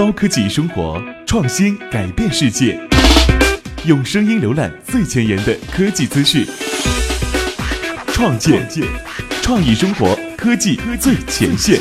高科技生活，创新改变世界。用声音浏览最前沿的科技资讯，创建创意生活，科技最前线。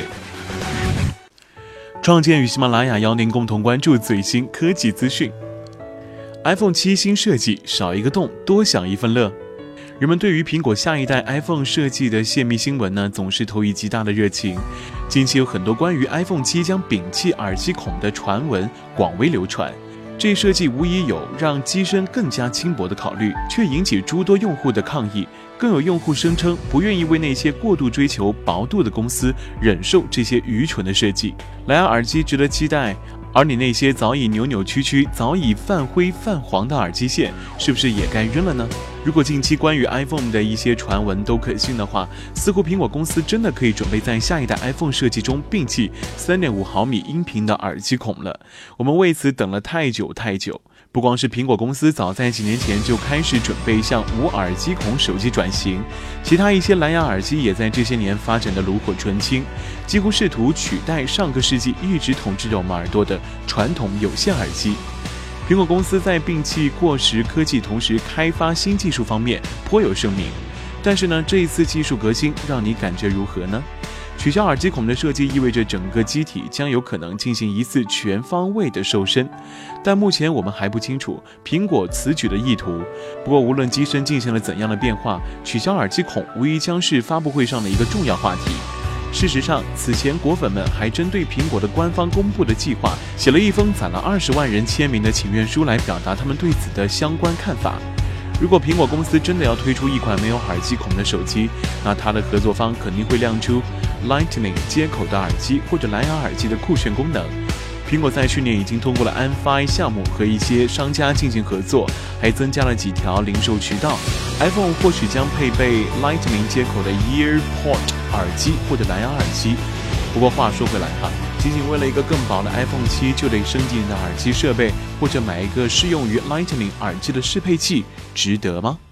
创建与喜马拉雅邀您共同关注最新科技资讯。iPhone 7新设计，少一个洞，多享一份乐。人们对于苹果下一代 iPhone 设计的泄密新闻呢，总是投以极大的热情。近期有很多关于 iPhone 7将摒弃耳机孔的传闻广为流传。这一设计无疑有让机身更加轻薄的考虑，却引起诸多用户的抗议。更有用户声称不愿意为那些过度追求薄度的公司忍受这些愚蠢的设计。蓝牙耳机值得期待，而你那些早已扭扭曲曲、早已泛灰泛黄的耳机线，是不是也该扔了呢？如果近期关于 iPhone 的一些传闻都可信的话，似乎苹果公司真的可以准备在下一代 iPhone 设计中摒弃 3.5 毫米音频的耳机孔了。我们为此等了太久。不光是苹果公司早在几年前就开始准备向无耳机孔手机转型，其他一些蓝牙耳机也在这些年发展的炉火纯青，几乎试图取代上个世纪一直统治着我们耳朵的传统有线耳机。苹果公司在摒弃过时科技同时开发新技术方面颇有盛名，但是呢，这一次技术革新让你感觉如何呢？取消耳机孔的设计意味着整个机体将有可能进行一次全方位的瘦身，但目前我们还不清楚苹果此举的意图。不过无论机身进行了怎样的变化，取消耳机孔无疑将是发布会上的一个重要话题。事实上，此前果粉们还针对苹果的官方公布的计划写了一封攒了20万人签名的请愿书来表达他们对此的相关看法。如果苹果公司真的要推出一款没有耳机孔的手机，那它的合作方肯定会亮出 Lightning 接口的耳机或者蓝牙耳机的酷炫功能。苹果在去年已经通过了 Am5 项目和一些商家进行合作，还增加了几条零售渠道。iPhone 或许将配备 Lightning 接口的 EarPod 耳机或者蓝牙耳机。不过话说回来哈，仅仅为了一个更薄的 iPhone 7就得升级你的耳机设备，或者买一个适用于 Lightning 耳机的适配器，值得吗？